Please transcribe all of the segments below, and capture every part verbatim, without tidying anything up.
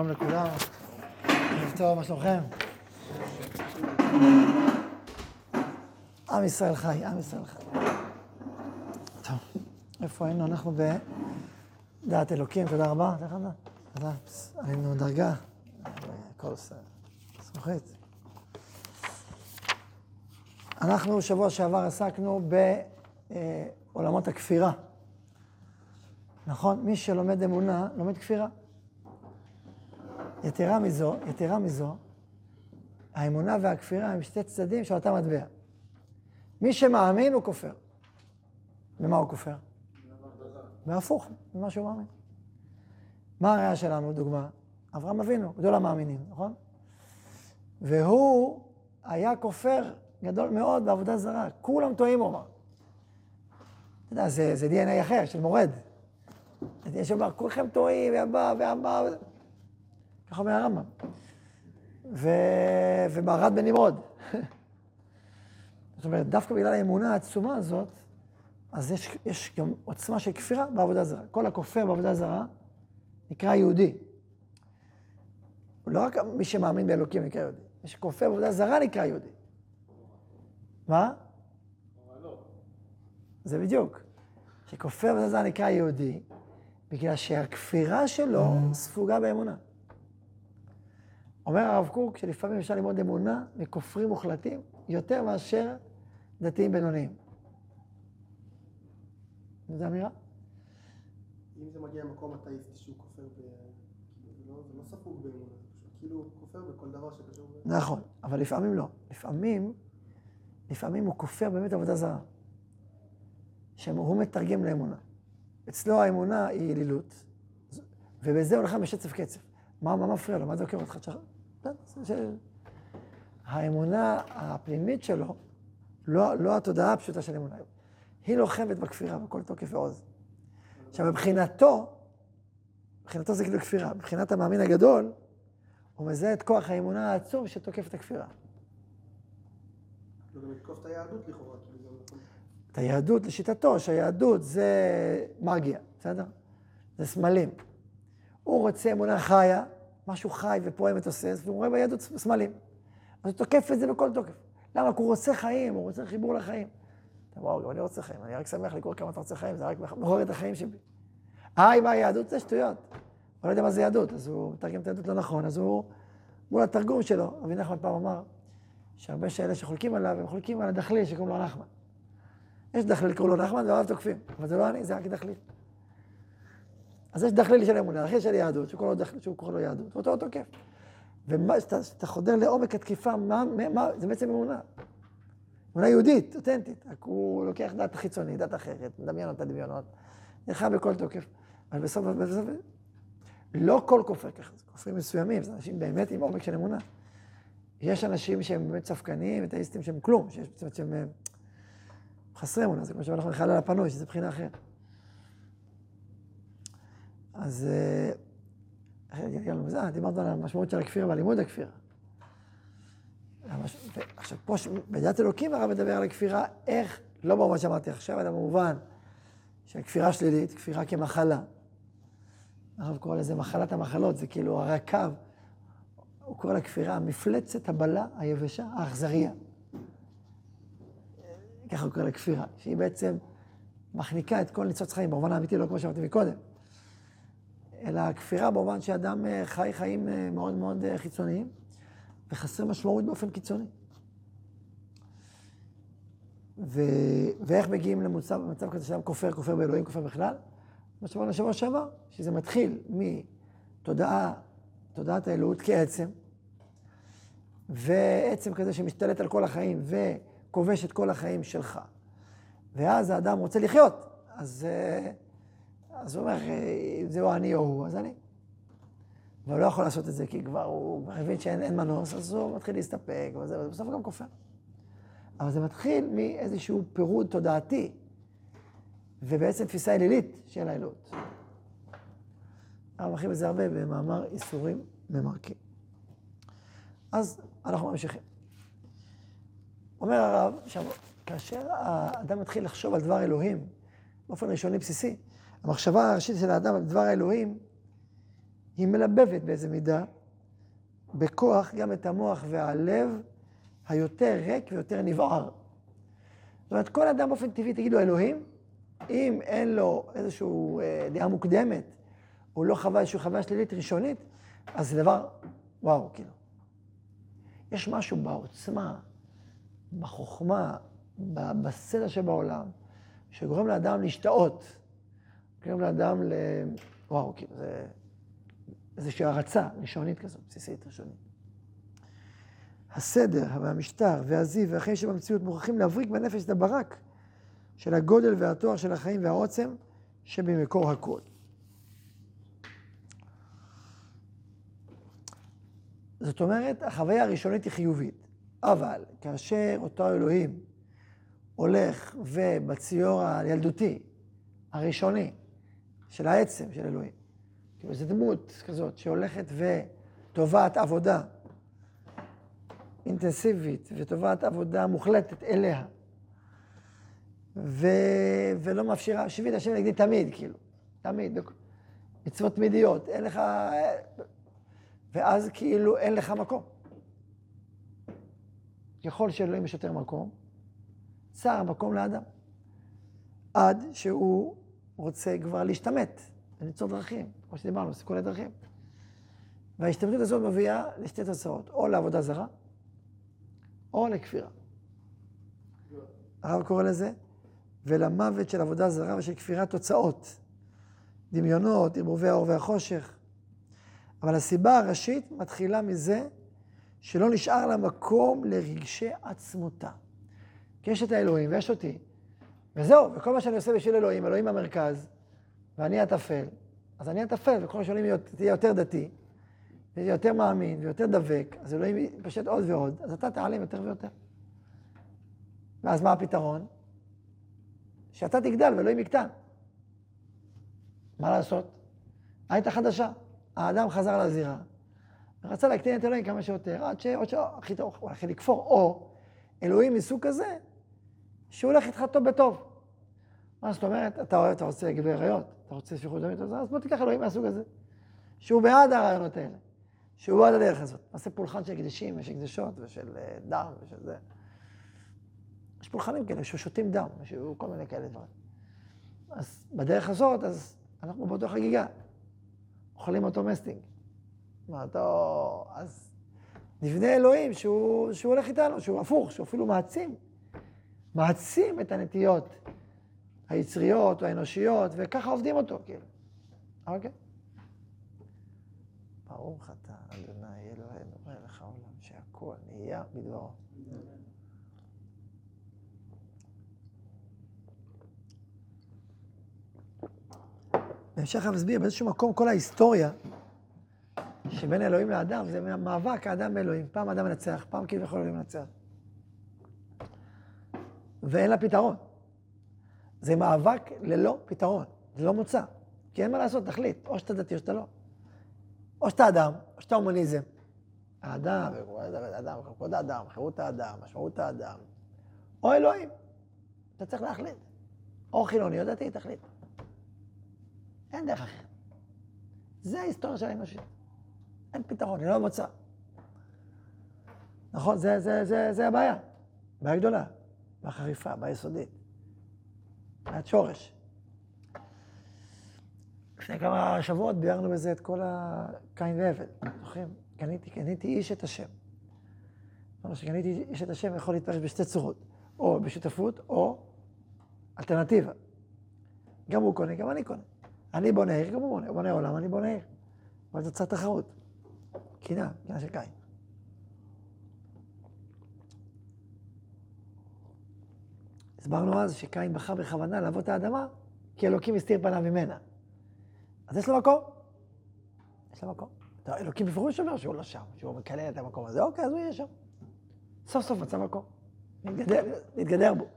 שלום לכולם, ערב טוב, מה שלומכם? עם ישראל חי, עם ישראל חי. טוב, איפה היינו? אנחנו בדעת אלוקים, תודה רבה. תודה, עלינו דרגה, הכל עושה, זכוכית. אנחנו שבוע שעבר עסקנו בעולמות הכפירה. נכון? מי שלומד אמונה, לומד כפירה. יתרה מזו, יתרה מזו, האמונה והכפירה הם שתי צדדים של אותה מטבע. מי שמאמין הוא כופר. במה הוא כופר? בהפוך, במה שהוא מאמין. מה הראיה שלנו, דוגמה? אברהם אבינו, גדול המאמינים, נכון? והוא היה כופר גדול מאוד בעבודה זרה. כולם טועים, הוא אמר. אתה יודע, זה, זה די אן איי אחר, של מורד. יש אומר, כולכם טועים, והבא, והבא, ככה אומר הרמב"ם. ו... ומרד בנמרוד. זאת אומרת, דווקא בגלל האמונה העצומה הזאת, אז יש, יש גם עוצמה של כפירה בעבודה זרה. כל הכופר בעבודה זרה נקרא יהודי. לא רק מי שמאמין באלוקים נקרא יהודי. מי שכופר בעבודה זרה נקרא יהודי. מה? לא. זה בדיוק. שכופר בעבודה זרה נקרא יהודי, בגלל שהכפירה שלו ספוגה באמונה. אומר הרב קוק שלפעמים אפשר ללמוד אמונה מכופרים מוחלטים יותר מאשר דתיים בינוניים. זה אמירה? אם זה מגיע למקום אתאיסטי שהוא כופר ב... זה לא ספוג באמונה, זה פשוט כאילו כופר בכל דבר שקשור ב... נכון, אבל לפעמים לא. לפעמים, לפעמים הוא כופר באמת עבודה זרה. שהוא מתרגם לאמונה. אצלו האמונה היא אלילות, ובזה הוא הולך בשצף קצף. מה, מה מפריע לו? מה זה עוקר אותך? ש... האמונה הפנימית שלו, לא, לא התודעה הפשוטה של אמונה, היא לוחמת בכפירה, בכל תוקף ועוז. עכשיו, מבחינתו, מבחינתו זה כאילו כפירה, מבחינת המאמין הגדול, הוא מזהה את כוח האמונה העצום שתוקף את הכפירה. לא גם לתקוף את היהדות לכאורה. את היהדות לשיטתו, שהיהדות זה מרגיה, בסדר? זה סמלים. הוא רוצה אמונה חיה, משהו חי ופועם ותוסס, והוא רואה ביהדות סמלים. אז הוא תוקף את זה בכל תוקף. למה? הוא רוצה חיים, הוא רוצה חיבור לחיים. וואו, גם אני רוצה חיים, אני רק שמח לקרוא כמה אתה רוצה חיים, זה רק מוכר את החיים שלי. היי, מה היהדות? זה שטויות. הוא לא יודע מה זה יהדות, אז הוא מתרגם את היהדות לא נכון, אז הוא, מול התרגום שלו, אבי נחמן פעם אמר, שהרבה שאלה שחולקים עליו, הם חולקים על הדחליל שקוראים לו נחמן. יש דחליל קוראים לו נחמן, והרב תוקפים, אבל זה לא אני, זה רק דחליל. אז יש דחליל של אמונה, דחליל של יהדות, שהוא קורא לו יהדות, ואותו הוא תוקף. ואתה חודר לעומק התקיפה, מה, מה, זה בעצם אמונה. אמונה יהודית, אותנטית. הוא לוקח דת חיצונית, דת אחרת, מדמיין אותה דמיונות, נלחם בכל תוקף. אבל בסוף, בסוף, לא כל כופר ככה, זה כופרים מסוימים, זה אנשים באמת עם עומק של אמונה. יש אנשים שהם באמת ספקניים, אתאיסטים שהם כלום, שיש בעצם שהם חסרי אמונה, זה כמו שאנחנו נחל על הפנוי, שזה בחינה אחרת. אז דיברנו על המשמעות של הכפירה ועל לימוד הכפירה. עכשיו פה בדעת אלוקים הרב מדבר על הכפירה, איך, לא במובן שאמרתי עכשיו, אלא במובן שהכפירה שלילית, כפירה כמחלה. הרב קורא לזה מחלת המחלות, זה כאילו הרקב, הוא קורא לכפירה, מפלצת הבלה היבשה, האכזריה. ככה הוא קורא לכפירה, שהיא בעצם מחניקה את כל ניצוץ חיים, במובן האמיתי, לא כמו שאמרתי מקודם. אלא הכפירה במובן שאדם חי חיים מאוד מאוד חיצוניים, וחסר משמעות באופן קיצוני. ו... ואיך מגיעים למצב, למצב כזה שאדם כופר, כופר באלוהים, כופר בכלל? מה שאמרנו לשבוע שעבר, שזה מתחיל מתודעה, תודעת האלוהות כעצם, ועצם כזה שמשתלט על כל החיים וכובש את כל החיים שלך. ואז האדם רוצה לחיות, אז, אז הוא אומר, אם זהו אני או הוא, אז אני. אבל לא יכול לעשות את זה, כי כבר הוא מבין שאין מנוס, אז הוא מתחיל להסתפק, וזה, ובסוף גם כופר. אבל זה מתחיל מאיזשהו פירוד תודעתי, ובעצם תפיסה אלילית של האלוהות. אנחנו מרחיב את זה הרבה במאמר איסורים ממרקים. אז אנחנו ממשיכים. אומר הרב, כאשר האדם מתחיל לחשוב על דבר אלוהים, באופן ראשוני בסיסי, המחשבה הראשית של האדם על דבר האלוהים, היא מלבבת באיזה מידה, בכוח גם את המוח והלב היותר ריק ויותר נבער. זאת אומרת, כל אדם באופן טבעי, תגידו אלוהים, אם אין לו איזושהי אה, דעה מוקדמת, הוא לא חווה איזושהי חוויה שלילית ראשונית, אז זה דבר, וואו, כאילו. יש משהו בעוצמה, בחוכמה, בסדר שבעולם, שגורם לאדם להשתאות, גורם לאדם ל... וואו, כאילו, זה איזושהי הרצה ראשונית כזאת, בסיסית ראשונית. הסדר והמשטר והזיו והחיים שבמציאות מוכרחים להבריק בנפש את הברק של הגודל והתואר של החיים והעוצם שבמקור הכל. זאת אומרת, החוויה הראשונית היא חיובית, אבל כאשר אותו אלוהים הולך ובציור הילדותי, הראשוני, של העצם של אלוהים, כאילו זו דמות כזאת שהולכת וטובת עבודה אינטנסיבית וטובת עבודה מוחלטת אליה, ו... ולא מאפשרה, שביט השם נגדי תמיד, כאילו, תמיד, מצוות תמידיות, אין לך, ואז כאילו אין לך מקום. ככל שאלוהים יש יותר מקום, צר המקום לאדם, עד שהוא רוצה כבר להשתמט, וליצור דרכים, כמו שדיברנו, סיכולי דרכים. וההשתמטות הזאת מביאה לשתי תוצאות, או לעבודה זרה, או לכפירה. הרב קורא לזה, ולמוות של עבודה זרה ושל כפירה תוצאות, דמיונות, ערבובי האור והחושך. אבל הסיבה הראשית מתחילה מזה שלא נשאר לה מקום לרגשי עצמותה. כי יש את האלוהים ויש אותי, וזהו, וכל מה שאני עושה בשביל אלוהים, אלוהים במרכז, ואני אטפל, אז אני אטפל, וכל שאלוהים תהיה יותר דתי, ויהיה יותר מאמין ויותר דבק, אז אלוהים יפשט עוד ועוד, אז אתה תעלים יותר ויותר. ואז מה הפתרון? שאתה תגדל ואלוהים יקטן. מה לעשות? היית חדשה, האדם חזר לזירה, ורצה להקטין את אלוהים כמה שיותר, עד שעוד שהכי טוב, הוא הולך לכפור, או אלוהים מסוג כזה, שהוא הולך איתך טוב בטוב. מה זאת אומרת? אתה אוהב, אתה רוצה גילוי עריות, אתה רוצה שפיכות דמים, אז בוא תיקח אלוהים מהסוג הזה, שהוא בעד הרעיונות האלה, שהוא בעד הדרך הזאת. נעשה פולחן של קדשים ושל קדשות ושל דם ושל זה. יש פולחנים כאלה ששותים דם, שהוא כל מיני כאלה דברים. אז בדרך הזאת, אז אנחנו באותו חגיגה, אוכלים אותו מסטינג. מה אותו... אז נבנה אלוהים שהוא, שהוא הולך איתנו, שהוא הפוך, שהוא אפילו מעצים. מעצים את הנטיות היצריות או האנושיות, וככה עובדים אותו, כאילו. אוקיי? ברוך אתה, אדוני אלוהינו, מלך העולם, שהכל נהיה בדברו. בהמשך המסביר, באיזשהו מקום כל ההיסטוריה שבין אלוהים לאדם, זה מאבק האדם באלוהים. פעם האדם מנצח, פעם כביכול אלוהים מנצח. ואין לה פתרון. זה מאבק ללא פתרון, זה לא מוצא. כי אין מה לעשות, תחליט, או שאתה דתי או שאתה לא. או שאתה אדם, או שאתה הומניזם. האדם, האדם, כבוד האדם, חירות האדם, משמעות האדם. או אלוהים. אתה צריך להחליט. או חילוני או דתי, תחליט. אין דרך אחרת. זה ההיסטוריה של האנושית. אין פתרון, היא לא מוצא. נכון? זה, זה, זה, זה הבעיה. בעיה גדולה. בעיה חריפה, בעיה יסודית. בעיית שורש. לפני כמה שבועות ביארנו בזה את כל הקין והבל. זוכרים? קניתי, קניתי איש את השם. זאת אומרת שקניתי איש את השם יכול להתפרש בשתי צורות. או בשותפות, או אלטרנטיבה. גם הוא קונה, גם אני קונה. אני בונה עיר, גם הוא בונה. הוא בונה עולם, אני בונה עיר. אבל זו קצת תחרות. קינה, קינה של קין. הסברנו אז שקין בחר בכוונה לעבוד את האדמה, כי אלוקים הסתיר פניו ממנה. אז יש לו מקום. יש לו מקום. אלוקים בפירוש אומר שהוא לא שם, שהוא מקלל את המקום הזה. אוקיי, אז הוא יהיה שם. סוף סוף מצא מקום. להתגדר, להתגדר בו.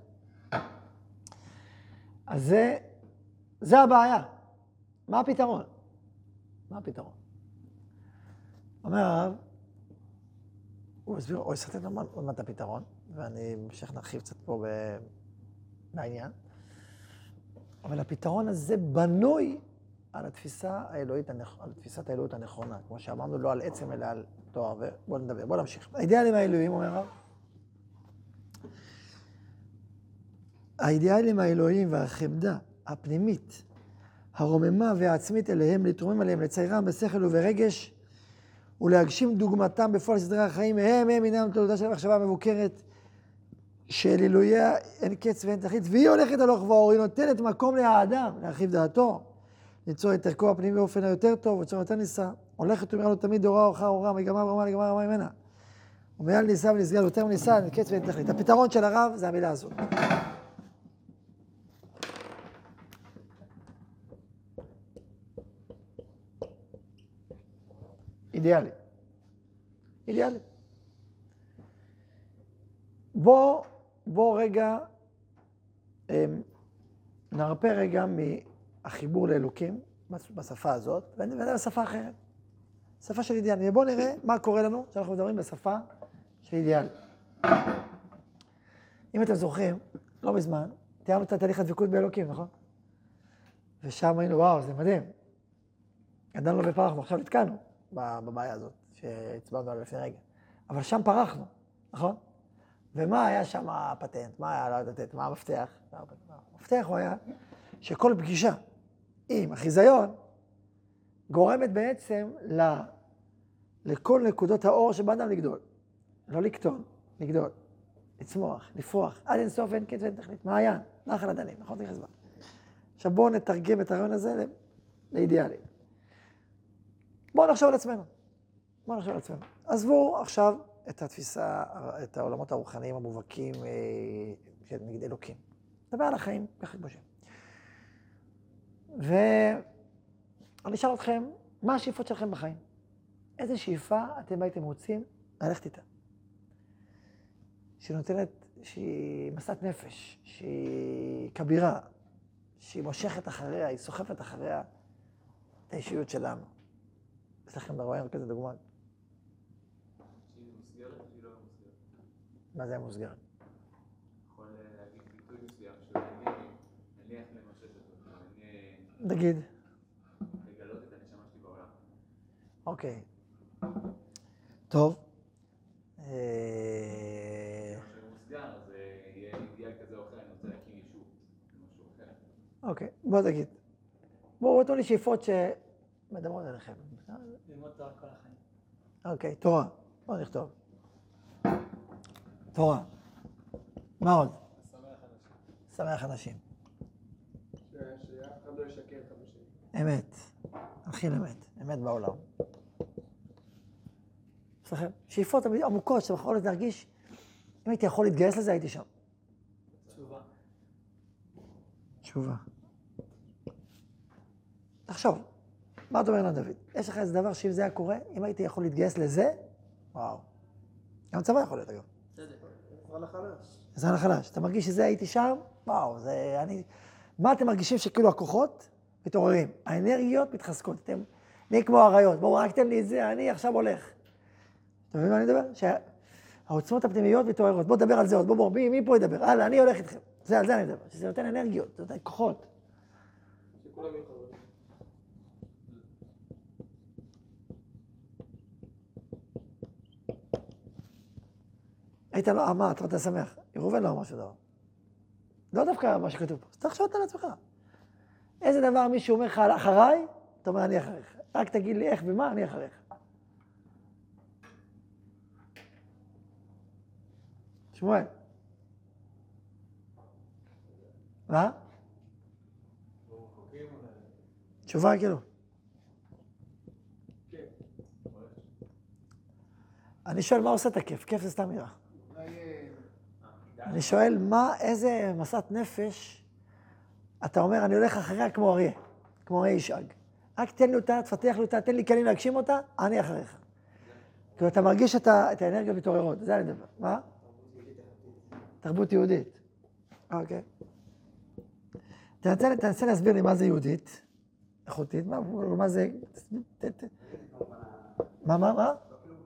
אז זה, זה הבעיה. מה הפתרון? מה הפתרון? אומר הרב, הוא הסביר, או יסתת עוד מעט הפתרון, ואני המשך נרחיב קצת פה בעניין, אבל הפתרון הזה בנוי על התפיסה האלוהית, על תפיסת האלוהות הנכונה, כמו שאמרנו, לא על עצם, אלא על תואר, ובואו נדבר, בואו נמשיך. האידיאלים האלוהיים, אומר הרב, האידיאלים האלוהיים והחמדה הפנימית, הרוממה והעצמית אליהם, להתרומם עליהם, לציירם בשכל וברגש, ולהגשים דוגמתם בפועל סדרי החיים, הם הם אינם תולדה של המחשבה המבוקרת, של אלוהיה אין קץ ואין תכלית, והיא הולכת הלוך ואור, היא נותנת מקום לאדם, להרחיב דעתו, ליצור את ערכו הפנימי באופן היותר טוב, בצורה יותר ניסה, הולכת ומראה לו תמיד אורה אורחה אורה, מגמה ברמה לגמה רמה ממנה. ומעל ניסה ונסגל יותר מניסה, אין קץ ואין תכלית. הפתרון של הרב זה המילה הזאת. אידיאלי. אידיאלי. בוא, בוא רגע, נרפה רגע מהחיבור לאלוקים בשפה הזאת, ונדבר בשפה אחרת. שפה של אידיאלי. בוא נראה מה קורה לנו כשאנחנו מדברים בשפה של אידיאלי. אם אתם זוכרים, לא מזמן, תיארנו את התהליך הדבקות באלוקים, נכון? ושם היינו, וואו, זה מדהים. גדלנו ופרחנו, עכשיו התקענו בבעיה הזאת שהצבענו עליה לפני רגע. אבל שם פרחנו, נכון? ומה היה שם הפטנט? מה היה, לא יודעת, מה המפתח? המפתח הוא היה שכל פגישה עם החיזיון גורמת בעצם ל... לכל נקודות האור שבאדם לגדול. לא לקטון, לגדול, לצמוח, לפרוח, עד אין סוף אין קץ ואין תכלית. מעיין, נחל הדנים, נכון? תכף זמן. עכשיו בואו נתרגם את הרעיון הזה לאידיאלי. בואו נחשוב על עצמנו. בואו נחשוב על עצמנו. עזבו עכשיו את התפיסה, את העולמות הרוחניים המובהקים של נגד אלוקים. נדבר על החיים, ככה כמו שהם. ואני אשאל אתכם, מה השאיפות שלכם בחיים? איזה שאיפה אתם הייתם רוצים ללכת איתה? שהיא נותנת, שהיא מסעת נפש, שהיא כבירה, שהיא מושכת אחריה, היא סוחפת אחריה את האישיות שלנו. יש לכם לרעיון כזה דוגמה? שהיא מוסגרת או שהיא לא מוסגרת? מה זה מוסגרת? יכול להגיד ביטוי מסוים שאני נניח למשת אותו, אני... נגיד. לגלות את הנשמה שלי בעולם. אוקיי. טוב. כשמוסגר, אז יהיה אידיאל כזה או אחר, אני רוצה להקים יישוב, משהו אחר. אוקיי, בוא תגיד. בואו תנו לי שאיפות שמדברות עליכם. ללמוד תורה כל החיים. אוקיי, תורה. בואו נכתוב. תורה. מה עוד? שמח אנשים. שמח אנשים. שאף אחד לא ישקר אחד בשני. אמת. הכי אמת. אמת בעולם. יש לכם שאיפות עמוקות שבכל זאת להרגיש, אם הייתי יכול להתגייס לזה, הייתי שם. תשובה. תשובה. תחשוב, מה אתה אומר לנו, דוד? יש לך איזה דבר שאם זה היה קורה, אם הייתי יכול להתגייס לזה, וואו. גם צבא יכול להיות, אגב. בסדר. עזרה לחלש. עזרה לחלש. אתה מרגיש שזה הייתי שם, וואו, זה אני... מה אתם מרגישים שכאילו הכוחות מתעוררים? האנרגיות מתחזקות. אתם נהיה כמו אריות. בואו, רק תן לי את זה, אני עכשיו הולך. אתה מבין מה אני מדבר? שהעוצמות הפנימיות מתעוררות. בואו נדבר על זה עוד. בואו, בואו, מי, מי פה ידבר? הלאה, אני הולך איתכם. זה, על זה אני מדבר. שזה נותן אנרגיות, זה נותן כוחות. שכולם יחזרו. היית לא, מה, אתה רוצה שמח? ראובן לא אמר משהו דבר. לא דווקא מה שכתוב פה. אז תחשוב על עצמך. איזה דבר מישהו אומר לך אחריי, אתה אומר אני אחריך. רק תגיד לי איך ומה, אני אחריך. שמואל. מה? תשובה כאילו. אני שואל מה עושה את הכיף? כיף זה סתם מילה. אני שואל מה, איזה מסעת נפש אתה אומר, אני הולך אחריה כמו אריה, כמו אריה ישאג. רק תן לי אותה, תפתח לי אותה, תן לי כלים להגשים אותה, אני אחריך. כאילו אתה מרגיש את האנרגיות מתעוררות, זה אני מדבר. מה? תרבות יהודית. אוקיי. תנסה להסביר לי מה זה יהודית, איכותית, מה זה... מה, מה, מה?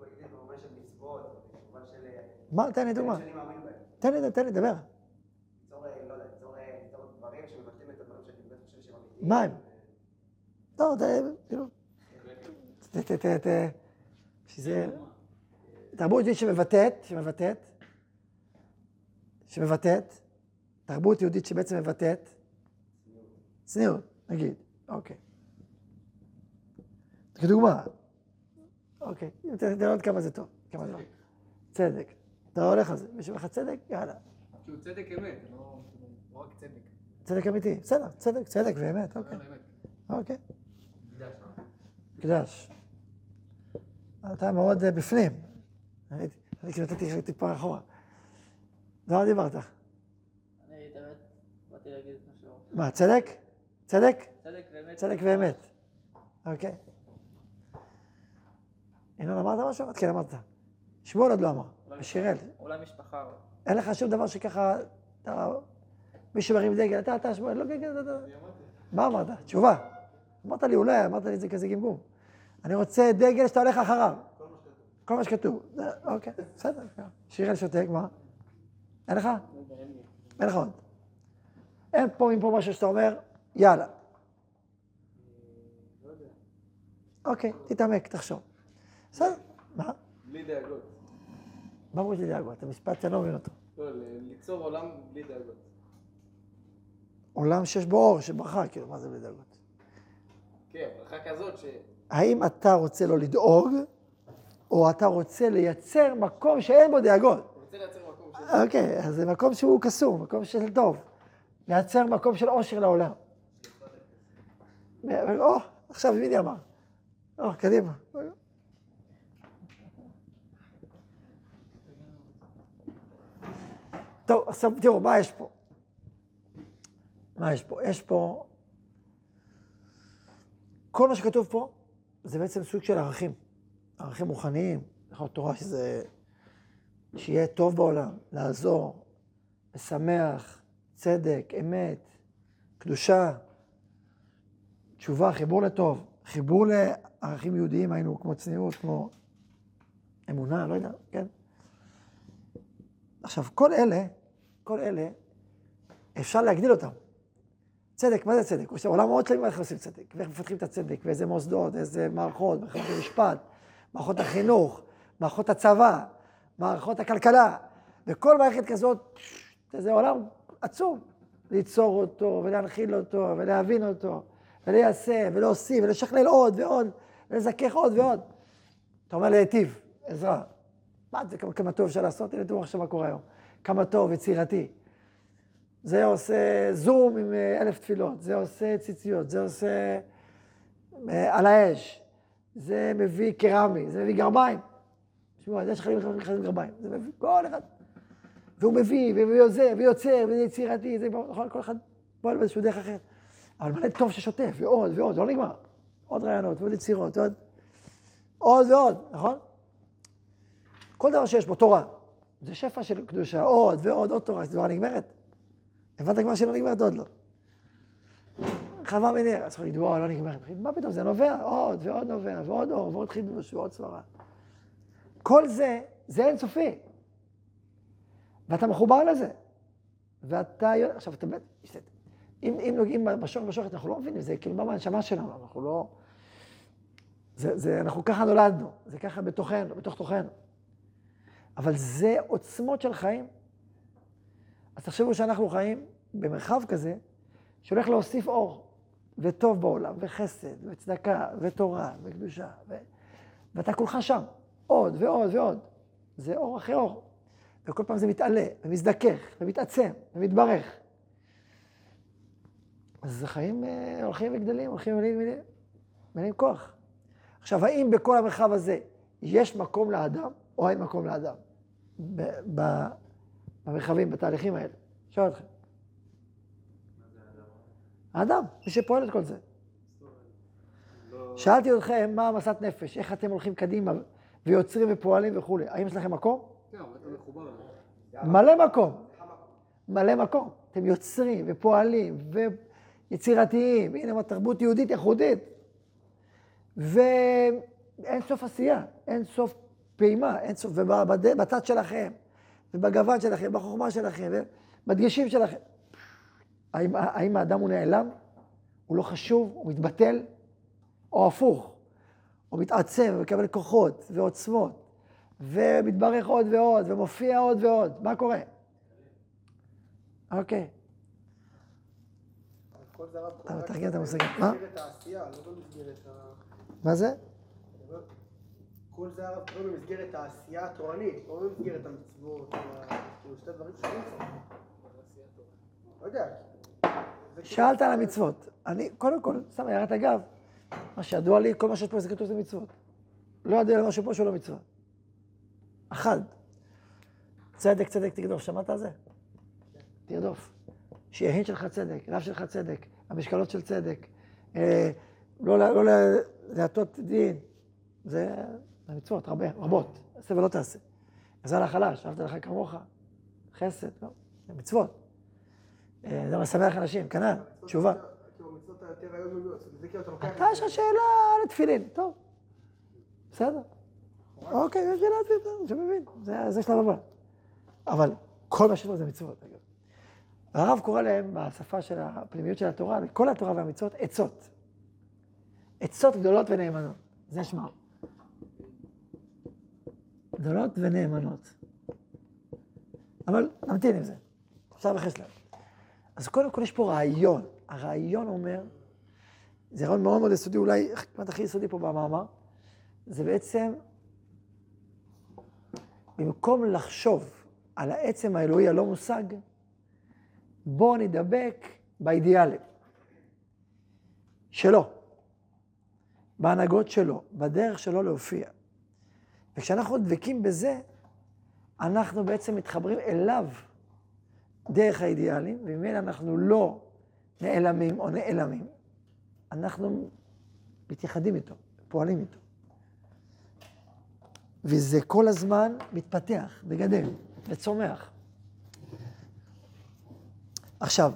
מה? תן לי דוגמה. תן לי, תן לי, דבר. ליצור, לא יודע, ליצור דברים שמבטלים את הדברים שאני באמת חושב שהם אמיתיים. מה הם? לא, זה, כאילו, ת, ת, ת, ת, שזה, תרבות יהודית שמבטאת, שמבטאת, שמבטאת, תרבות יהודית שבעצם מבטאת, צניעות, נגיד, אוקיי. כדוגמה, אוקיי, תראה עוד כמה זה טוב, כמה זה טוב. צדק. אתה הולך על זה, מישהו לך צדק? יאללה. שהוא צדק אמת, לא רק צדק. צדק אמיתי, בסדר, צדק, צדק ואמת, אוקיי. אוקיי. מקדש. אתה מאוד בפנים. אני נתתי טיפה אחורה. לא דיברת. אני באמת באתי להגיד משהו. מה, צדק? צדק? צדק ואמת. צדק ואמת. אוקיי. ינון, אמרת משהו? עד כן אמרת. שמואל עוד לא אמר. ושיראל. אולי משפחה. אין לך שום דבר שככה, מישהו מרים דגל, אתה, אתה, שמואל, לא גגל, אתה, מה אמרת? תשובה. אמרת לי, אולי, אמרת לי את זה כזה גמגום. אני רוצה דגל שאתה הולך אחריו. כל מה שכתוב. אוקיי, בסדר. שיראל שותק, מה? אין לך? אין לך עוד. אין פה מפה משהו שאתה אומר, יאללה. אוקיי, תתעמק, תחשוב. בסדר, מה? בלי דאגות. מה אמרו לי דאגות? את המשפט שאני לא מבין אותו. לא, ליצור עולם בלי דאגות. עולם שיש בו אור, שברכה, כאילו, מה זה בלי דאגות? כן, ברכה כזאת ש... האם אתה רוצה לא לדאוג, או אתה רוצה לייצר מקום שאין בו דאגות? הוא רוצה לייצר מקום של... אוקיי, אז זה מקום שהוא קסום, מקום של טוב. לייצר מקום של עושר לעולם. או, עכשיו, מי אמר? או, קדימה. טוב, עכשיו תראו, מה יש פה? מה יש פה? יש פה... כל מה שכתוב פה, זה בעצם סוג של ערכים. ערכים רוחניים, נכון, תורה שזה... שיהיה טוב בעולם, לעזור, לשמח, צדק, אמת, קדושה, תשובה, חיבור לטוב, חיבור לערכים יהודיים, היינו כמו צניעות, כמו אמונה, לא יודע, כן? עכשיו, כל אלה, כל אלה, אפשר להגדיל אותם. צדק, מה זה צדק? יש עולם מאוד שלמים איך עושים צדק, ואיך מפתחים את הצדק, ואיזה מוסדות, איזה מערכות, מערכות המשפט, מערכות החינוך, מערכות הצבא, מערכות הכלכלה, וכל מערכת כזאת, זה עולם עצום, ליצור אותו, ולהנחיל אותו, ולהבין אותו, וליישם, ולהוסיף, ולשכלל עוד ועוד, ולזכך עוד ועוד. אתה אומר להיטיב, עזרה. מה זה, כמה טוב אפשר לעשות? הנה תראו עכשיו מה קורה היום. כמה טוב, יצירתי. זה עושה זום עם אלף תפילות, זה עושה ציציות, זה עושה על האש, זה מביא קרמי, זה מביא גרביים. תשמעו, יש חיילים חיילים גרביים, זה מביא כל אחד. והוא מביא, ויוזר, ויוצר, וזה יצירתי, זה נכון, כל אחד פועל באיזשהו דרך אחרת. אבל מלא טוב ששוטף, ועוד ועוד, לא נגמר. עוד רעיונות, ועוד יצירות, ועוד, עוד ועוד, נכון? כל דבר שיש בו תורה, זה שפע של קדושה, עוד ועוד, עוד תורה, זה דבר נגמרת. הבנת כבר שלא נגמרת עוד לא. חווה מנהר, אז חושבים, וואו, לא נגמרת. מה פתאום, זה נובע, עוד ועוד נובע, ועוד אור, ועוד חידוש, ועוד סברה. כל זה, זה אינסופי. ואתה מחובר לזה. ואתה, עכשיו, אתה באמת, אם, אם נוגעים בשור ובשוחת, אנחנו לא מבינים, זה כאילו מה מהנשמה שלנו, אנחנו לא... זה, זה, אנחנו ככה נולדנו, זה ככה בתוכנו, בתוך תוכנו. אבל זה עוצמות של חיים. אז תחשבו שאנחנו חיים במרחב כזה, שהולך להוסיף אור, וטוב בעולם, וחסד, וצדקה, ותורה, וקדושה, ו... ואתה כולך שם, עוד ועוד ועוד. זה אור אחרי אור. וכל פעם זה מתעלה, ומזדכך, ומתעצם, ומתברך. אז זה חיים אה, הולכים וגדלים, הולכים ומלאים, מלאים כוח. עכשיו, האם בכל המרחב הזה יש מקום לאדם, או אין מקום לאדם? ב- ב- במרחבים, בתהליכים האלה. שואל אתכם. מה זה האדם? האדם, מי שפועל את כל זה. שאלתי אתכם מה המסת נפש, איך אתם הולכים קדימה ויוצרים ופועלים וכו'. האם יש לכם מקום? כן, אבל אתה מחובר לזה. מלא מקום. מלא מקום. אתם יוצרים ופועלים ויצירתיים. הנה מה, תרבות יהודית ייחודית. ואין סוף עשייה, אין סוף פעימה, אין סוף, ובצד שלכם, ובגוון שלכם, בחוכמה שלכם, ובדגשים שלכם. האם, האם האדם הוא נעלם? הוא לא חשוב? הוא מתבטל? או הפוך, או מתעצם ומקבל כוחות ועוצמות, ומתברך עוד ועוד, ומופיע עוד ועוד. מה קורה? אוקיי. כל זה הרב אתה קורה מתרגם את המושגים. רק מה? במסגרת העשייה, לא במסגרת ה... מה זה? כל זה הרב קורה במסגרת העשייה התורנית, לא במסגרת המצוות, או שתי דברים שונים. לא יודע. שאלת על המצוות. אני, קודם כל, סתם הערת אגב, מה שידוע לי, כל מה שיש פה זה כתוב זה מצוות. לא ידוע לי משהו פה שהוא לא מצווה. אחד, צדק, צדק, תרדוף. שמעת על זה? תרדוף. שיהין שלך צדק, רב שלך צדק, המשקלות של צדק, אה, לא, לא להטות דין. זה המצוות, הרבה, רבות. עשה ולא תעשה. עזר לחלש, אהבת לך כמוך, חסד, לא, זה מצוות. זה משמח אנשים, כנ"ל, תשובה. כאילו המצוות היותר היומיומיות, זה כאילו אתה לוקח... אתה יש לך שאלה על התפילין, טוב. בסדר. אוקיי, יש שאלה על תפילין, אתה מבין, זה שלב הבא. אבל כל מה שיש לו זה מצוות, אגב. הרב קורא להם בשפה של הפנימיות של התורה, כל התורה והמצוות, עצות. עצות גדולות ונאמנות. זה שמה. גדולות ונאמנות. אבל נמתין עם זה. עכשיו אחרי שלב. אז קודם כל יש פה רעיון. הרעיון אומר, זה רעיון מאוד מאוד יסודי, אולי כמעט הכי יסודי פה במאמר, זה בעצם, במקום לחשוב על העצם האלוהי הלא מושג, בואו נדבק באידיאלים שלו, בהנהגות שלו, בדרך שלו להופיע. וכשאנחנו דבקים בזה, אנחנו בעצם מתחברים אליו דרך האידיאלים, וממילא אנחנו לא נעלמים או נעלמים, אנחנו מתייחדים איתו, פועלים איתו. וזה כל הזמן מתפתח, וגדל, וצומח. עכשיו,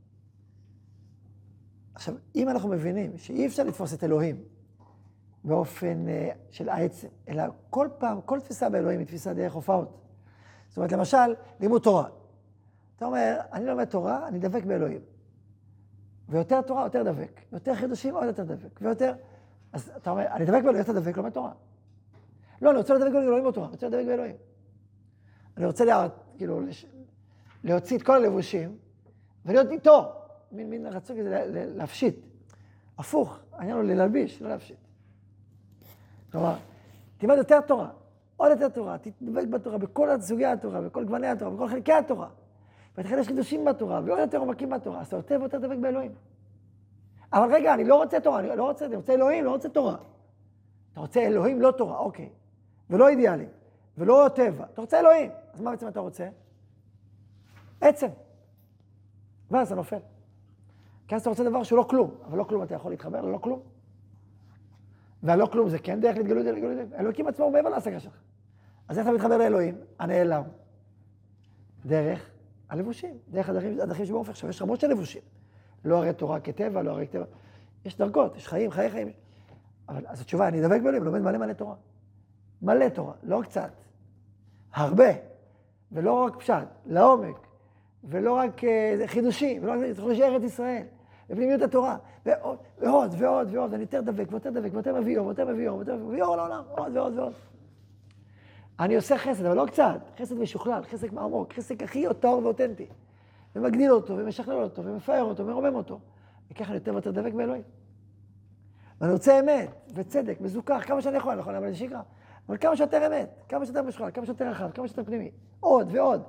עכשיו, אם אנחנו מבינים שאי אפשר לתפוס את אלוהים באופן uh, של העצם, אלא כל פעם, כל תפיסה באלוהים היא תפיסה דרך הופעות. זאת אומרת, למשל, לימוד תורה. אתה אומר, אני לומד תורה, אני דבק באלוהים. ויותר תורה, יותר דבק. יותר חידושים, עוד יותר דבק. ויותר... אז אתה אומר, אני דבק באלוהים, יותר דבק, לומד תורה. לא, אני רוצה לדבק באלוהים בתורה, אני רוצה לדבק באלוהים. אני רוצה לה, כאילו, לש... להוציא את כל הלבושים, ולהיות איתו. מין, מין רצון כזה להפשיט. הפוך, העניין הוא ללביש, לא להפשיט. כלומר, תלמד יותר תורה, עוד יותר תורה, תדבק בתורה, בכל סוגי התורה, בכל גווני התורה, בכל חלקי התורה. ותחל יש חידושים בתורה, ועוד יותר עומקים בתורה, אז אתה יותר ויותר דבק באלוהים. אבל רגע, אני לא רוצה תורה, אני לא רוצה, אני רוצה אלוהים, לא רוצה תורה. אתה רוצה אלוהים, לא תורה, אוקיי. ולא אידיאלים, ולא טבע. אתה רוצה אלוהים. אז מה בעצם אתה רוצה? עצם. ואז אתה נופל. כי אז אתה רוצה דבר שהוא לא כלום, אבל לא כלום אתה יכול להתחבר ללא כלום. והלא כלום זה כן דרך להתגלות אלוהים. אלוהים עצמו הוא מעבר להשגה שלך. אז איך אתה מתחבר לאלוהים? הנעלם. דרך הלבושים, דרך הדרכים, הדרכים שבאופן. עכשיו יש רמות של לבושים. לא הרי תורה כטבע, לא הרי כטבע. יש דרגות, יש חיים, חיי חיים. אבל אז התשובה, אני דבק באלוהים, לומד מלא מלא תורה. מלא תורה, לא קצת. הרבה. ולא רק פשט, לעומק. ולא רק uh, חידושים, ולא רק חידושי ארץ ישראל. בפנימיות התורה, ועוד, ועוד, ועוד, ועוד, ואני יותר דבק, ויותר דבק, ויותר מביא אור, ויותר מביא אור, ויותר מביא אור לעולם, עוד ועוד ועוד. אני עושה חסד, אבל לא קצת, חסד משוכלל, חסד מעמוק, חסד הכי טהור ואותנטי. ומגדיל אותו, ומשכלל אותו, ומפאר אותו, ומרומם אותו. וככה אני יותר ויותר דבק באלוהים. ואני רוצה אמת, וצדק, מזוכח, כמה שאני יכול, אני יכול להאמין לשקרה, אבל כמה שיותר אמת, כמה שיותר משוכלל, כמה שיותר רחב, כמה שיותר פנימי, עוד ועוד.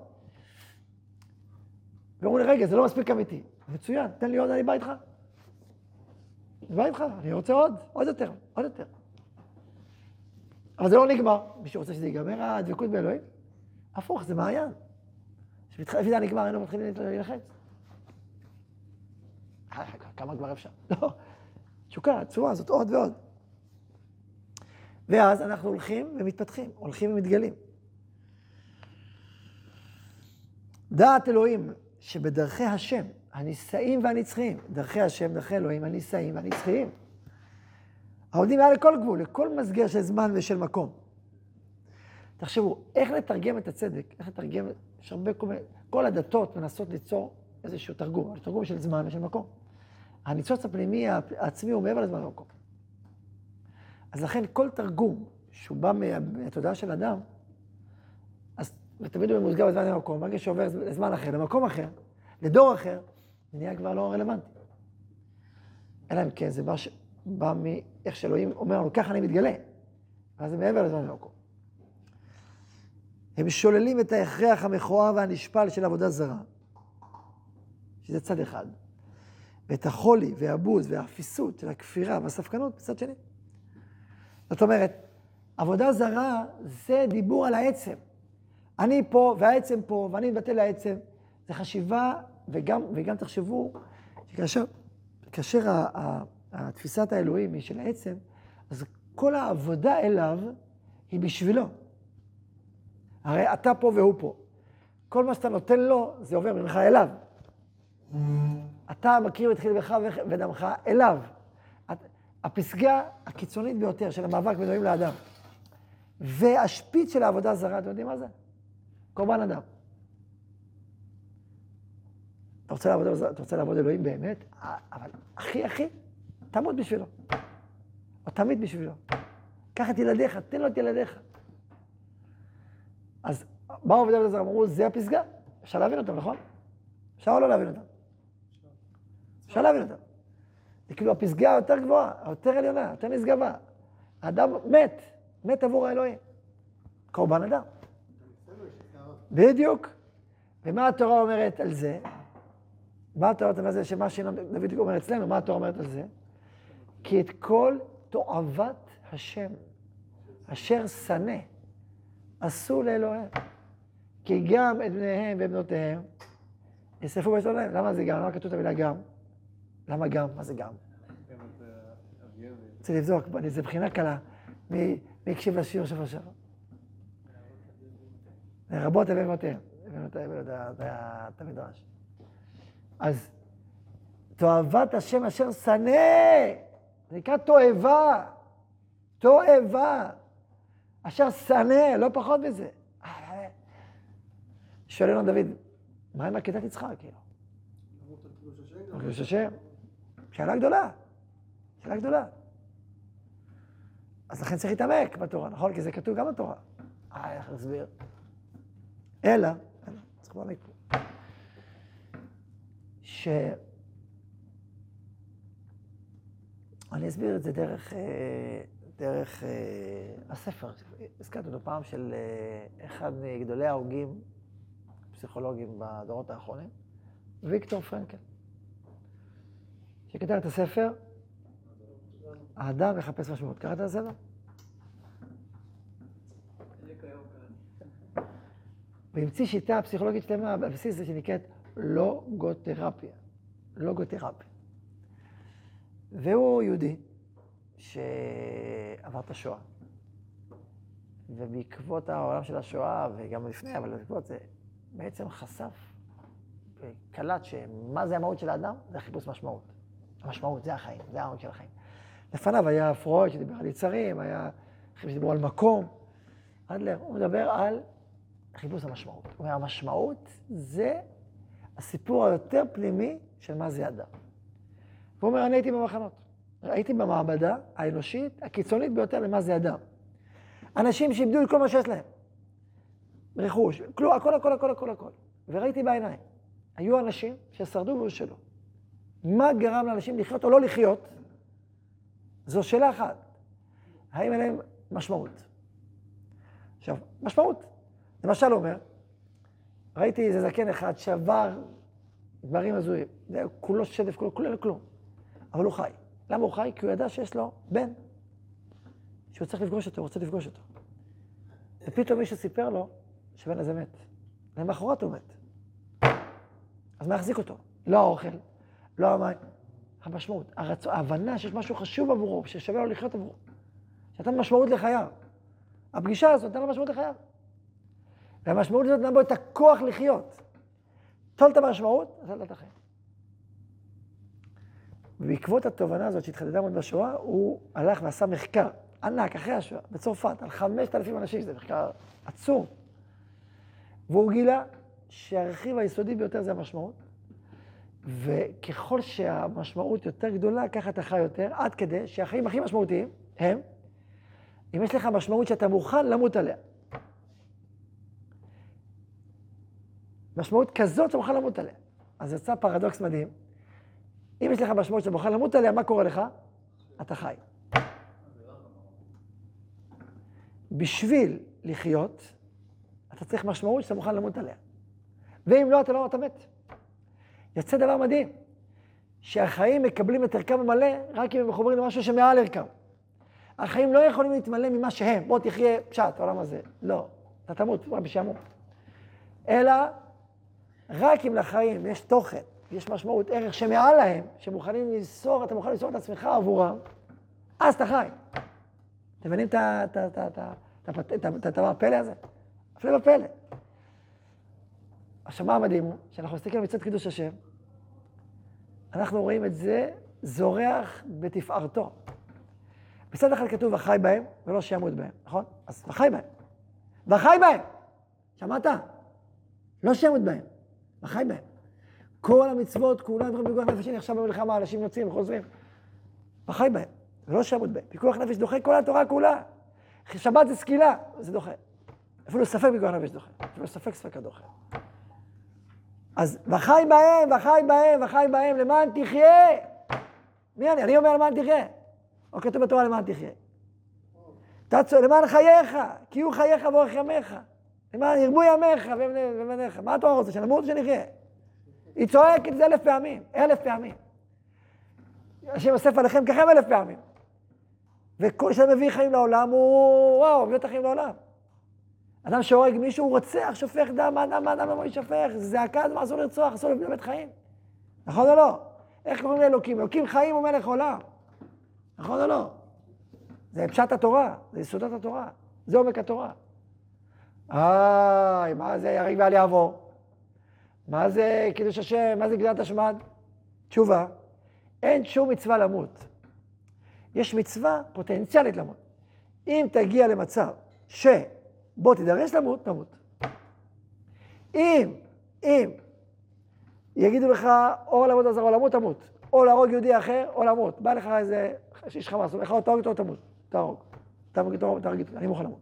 ואומרו לי, רגע, זה לא מספיק אמיתי. מצוין, תן לי עוד, אני בא איתך. אני בא איתך, אני רוצה עוד, עוד יותר, עוד יותר. אבל זה לא נגמר. מישהו רוצה שזה ייגמר, הדבקות באלוהים? הפוך, זה מעיין. לפי זה נגמר, היינו מתחילים להילחץ. כמה כבר אפשר? לא. תשוקה, הצורה הזאת, עוד ועוד. ואז אנחנו הולכים ומתפתחים, הולכים ומתגלים. דעת אלוהים שבדרכי השם, הנישאים והנצחיים, דרכי השם, דרכי אלוהים, הנישאים והנצחיים, העומדים מעל לכל גבול, לכל מסגר של זמן ושל מקום. תחשבו, איך לתרגם את הצדק, איך לתרגם, יש הרבה כל, כל הדתות מנסות ליצור איזשהו תרגום, תרגום של זמן ושל מקום. הניצוץ הפנימי העצמי הוא מעבר לזמן ומקום. אז לכן כל תרגום שהוא בא מהתודעה של אדם, אז ותמיד הוא ממוסגר בזמן למקום, ברגע שעובר לזמן אחר, למקום אחר, לדור אחר, זה נהיה כבר לא רלוונטי. אלא אם כן, זה בא, ש... בא מאיך שאלוהים אומר לנו, ככה אני מתגלה. אז זה מעבר לזמן למקום. הם שוללים את ההכרח המכוער והנשפל של עבודה זרה, שזה צד אחד, ואת החולי והבוז והאפיסות של הכפירה והספקנות בצד שני. זאת אומרת, עבודה זרה זה דיבור על העצם. אני פה והעצם פה ואני מתבטא לעצם. זה חשיבה, וגם, וגם תחשבו, שכאשר כאשר ה, ה, התפיסת האלוהים היא של העצם, אז כל העבודה אליו היא בשבילו. הרי אתה פה והוא פה. כל מה שאתה נותן לו, זה עובר ממך אליו. אתה מקריב את חלבך ודמך אליו. הפסגה הקיצונית ביותר של המאבק בין אלוהים לאדם. והשפיץ של העבודה הזרה, אתם יודעים מה זה? קורבן אדם. אתה רוצה לעבוד, אתה רוצה לעבוד אלוהים באמת, אבל אחי, אחי, תעמוד בשבילו. או תמיד בשבילו. קח את ילדיך, תן לו את ילדיך. אז באו עובדי עבודה זרה, אמרו, זה הפסגה. אפשר להבין אותם, נכון? אפשר או לא להבין אותם? אפשר להבין אותם. זה כאילו הפסגה היותר גבוהה, היותר עליונה, היותר נשגבה. האדם מת, מת עבור האלוהים. קורבן אדם. בדיוק. ומה התורה אומרת על זה? מה התורה אומרת על זה? שמה שדוד אומר אצלנו, מה התורה אומרת על זה? כי את כל תועבת השם, אשר שנא, עשו לאלוהים. כי גם את בניהם ובנותיהם ישרפו באש לעולמים. למה זה גם? למה כתוב את המילה גם? למה גם? מה זה גם? צריך לבדוק, זה בחינה קלה. מי הקשיב לשיר שבוע שעבר? לרבות אבותיהם. אתה מדרש. אז תועבת השם אשר שנא, זה נקרא תועבה. תועבה. אשר שנא, לא פחות מזה. שואל לנו דוד, מה עם עקדת יצחק? כאילו? קידוש השם. שאלה גדולה. שאלה גדולה. אז לכן צריך להתעמק בתורה, נכון? כי זה כתוב גם בתורה. אה, איך להסביר? אלא, צריך להעמיק פה. ש... אני אסביר את זה דרך, דרך הספר. הזכרתי אותו פעם של אחד מגדולי ההוגים, פסיכולוגים בדורות האחרונים, ויקטור פרנקל. שכתב את הספר, האדם מחפש משמעות. קראת את הספר? והמציא שיטה פסיכולוגית שלמה בבסיס זה שנקראת לוגותרפיה. לוגותרפיה. והוא יהודי שעבר את השואה. ובעקבות העולם של השואה, וגם לפני, אבל בעקבות זה, בעצם חשף וקלט שמה זה המהות של האדם? זה חיפוש משמעות. המשמעות, זה החיים, זה המהות של החיים. לפניו היה פרויד שדיבר על יצרים, היה אחרים שדיברו על מקום. אדלר, הוא מדבר על חיפוש המשמעות. הוא אומר, המשמעות זה הסיפור היותר פנימי של מה זה אדם. והוא אומר, אני הייתי במחנות. הייתי במעבדה האנושית הקיצונית ביותר למה זה אדם. אנשים שאיבדו את כל מה שיש להם. רכוש, כלום, הכל, הכל, הכל, הכל, הכל. וראיתי בעיניים. היו אנשים ששרדו והיו שלא. מה גרם לאנשים לחיות או לא לחיות? זו שאלה אחת. האם אין להם משמעות? עכשיו, משמעות. למשל הוא אומר, ראיתי איזה זקן אחד שעבר דברים הזויים. זה כולו שדף, כולו, כולו, כלום. אבל הוא חי. למה הוא חי? כי הוא ידע שיש לו בן. שהוא צריך לפגוש אותו, הוא רוצה לפגוש אותו. ופתאום מישהו סיפר לו שבן הזה מת. למחרת הוא מת. אז מה יחזיק אותו? לא האוכל, לא המים. המשמעות, הרצ... ההבנה שיש משהו חשוב עבורו, ששווה לו לחיות עבורו. שנתן משמעות לחייו. הפגישה הזאת נתן לו משמעות לחייו. והמשמעות הזאת נתן בו את הכוח לחיות. תול את המשמעות, אז נתן את החיים. ובעקבות התובנה הזאת שהתחדדה מאוד בשואה, הוא הלך ועשה מחקר ענק אחרי השואה, בצרפת, על חמשת אלפים אנשים, זה מחקר עצום. והוא גילה שהרכיב היסודי ביותר זה המשמעות, וככל שהמשמעות יותר גדולה, ככה אתה חי יותר, עד כדי שהחיים הכי משמעותיים הם אם יש לך משמעות שאתה מוכן למות עליה. משמעות כזאת שאתה מוכן למות עליה. אז יצא פרדוקס מדהים. אם יש לך משמעות שאתה מוכן למות עליה, מה קורה לך? אתה חי. בשביל לחיות, אתה צריך משמעות שאתה מוכן למות עליה. ואם לא, אתה לא, אתה מת. יצא דבר מדהים, שהחיים מקבלים את ערכם המלא, רק אם הם מחוברים למשהו שמעל ערכם. החיים לא יכולים להתמלא ממה שהם. בוא תחיה פשט, העולם הזה. לא, אתה תמות, רבי שימות. אלא, רק אם לחיים יש תוכן, יש משמעות, ערך שמעל להם, שמוכנים לסור, אתה מוכן לסור את עצמך עבורם, אז אתה חי. אתם מבינים את הפלא הזה? אפילו בפלא. עכשיו, מה המדהים הוא? שאנחנו מסתכלים על מצוות קידוש השם, אנחנו רואים את זה זורח בתפארתו. בצד אחד כתוב, וחי בהם, ולא שימות בהם, נכון? אז וחי בהם. וחי בהם! שמעת? לא שימות בהם, וחי בהם. כל המצוות, כולם דברים פיקוח נפש, הנה עכשיו במלחמה, אנשים יוצאים וחוזרים. וחי בהם, ולא שימות בהם. פיקוח נפש דוחה כל התורה כולה. שבת זה סקילה, זה דוחה. אפילו ספק פיקוח נפש דוחה. אפילו ספק ספק הדוחה. אז וחי בהם, וחי בהם, וחי בהם, למען תחיה. מי אני? אני אומר למען תחיה. או כתוב בתורה למען תחיה. למען חייך, כי הוא חייך ואורך ימיך. למען ירבו ימיך ובניך. מה אתה רוצה? שנמות שנחיה. היא צועקת את זה אלף פעמים, אלף פעמים. השם יוסף עליכם ככם אלף פעמים. וכל שאתה מביא חיים לעולם הוא, וואו, מביא את החיים לעולם. אדם שהורג מישהו, הוא רוצח, שופך דם, אדם, אדם, אדם, ישפך, זה זעקה, מה אסור לרצוח, אסור לבית חיים. נכון או לא? איך קוראים לאלוקים? אלוקים חיים הוא מלך עולם. נכון או לא? זה פשט התורה, זה יסודת התורה, זה עומק התורה. איי, מה זה יריב ואל יעבור? מה זה קידוש השם? מה זה גזירת השמד? תשובה, אין שום מצווה למות. יש מצווה פוטנציאלית למות. אם תגיע למצב שבוא תדרש למות, תמות. אם, אם יגידו לך או למות עזר או למות, תמות. או להרוג יהודי אחר או למות. בא לך איזה שיש חמאס, אומר לך או תהרוג אותו או תמות. תהרוג. תהרוג אותו, תהרוג אותו, אני מוכן למות.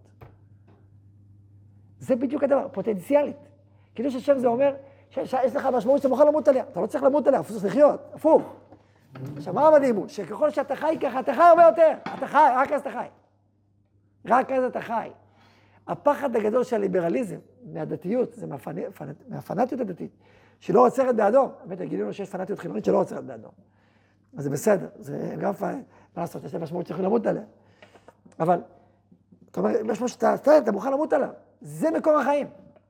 זה בדיוק הדבר, פוטנציאלית. קידוש השם זה אומר שיש לך משמעות שאתה מוכן למות עליה. אתה לא צריך למות עליה, צריך לחיות, הפוך. עכשיו, מה המדהים הוא? שככל שאתה חי ככה, אתה חי הרבה יותר. אתה חי, רק אז אתה חי. רק אז אתה חי. הפחד הגדול של הליברליזם, מהדתיות, זה מהפנאטיות הדתית, שלא עוצרת באדום. באמת, גילינו שיש פנאטיות חילונית שלא עוצרת באדום. אז זה בסדר, זה גם מה לעשות, יש להם משמעות שצריך למות עליה. אבל, אתה אומר, יש משהו שאתה, אתה מוכן למות עליו. זה מקור החיים.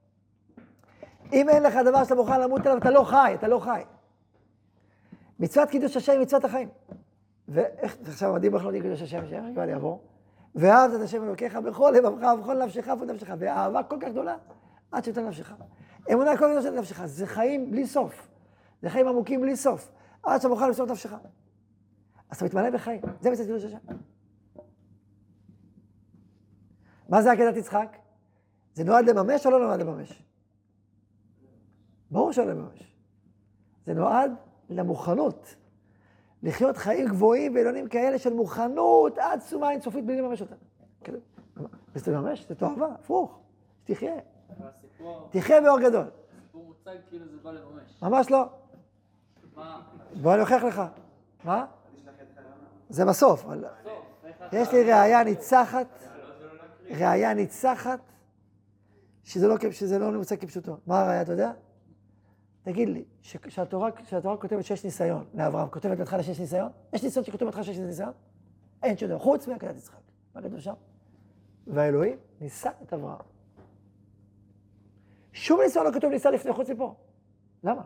אם אין לך דבר שאתה מוכן למות עליו, אתה לא חי, אתה לא חי. מצוות קידוש השם היא מצוות החיים. ואיך, עכשיו מדהים איך לומדים קידוש השם, שהרגע לי יעבור. ואהבת את השם אלוקיך בכל לבבך ובכל נפשך ובכל נפשך. והאהבה כל כך גדולה, עד שתן נפשך. אמונה כל כך גדולה נפשך. זה חיים בלי סוף. זה חיים עמוקים בלי סוף. עד שאתה מוכן למסור את נפשך. אז אתה מתמלא בחיים. זה מצוות קידוש השם. מה זה עקדת יצחק? זה נועד לממש או לא נועד לממש? ברור שלא לממש. זה נועד למוכנות. לחיות חיים גבוהים ועליונים כאלה של מוכנות עצומה אינסופית בלי לממש אותה. וזה לממש, זה תאהבה, הפוך. תחיה. תחיה באור גדול. הסיפור מוצג כאילו זה בא לממש. ממש לא. בוא אני אוכיח לך. מה? זה בסוף. יש לי ראייה ניצחת, ראייה ניצחת, שזה לא נמצא כפשוטו. מה הראייה, אתה יודע? תגיד לי, שהתורה כותבת שיש ניסיון לאברהם, כותבת בהתחלה שיש ניסיון? יש ניסיון שכותב בהתחלה שיש ניסיון? אין שום דבר, חוץ מעקדת יצחק. מה כתוב שם? והאלוהים ניסה את אברהם. שום ניסיון לא כתוב ניסה לפני חוץ מפה. למה?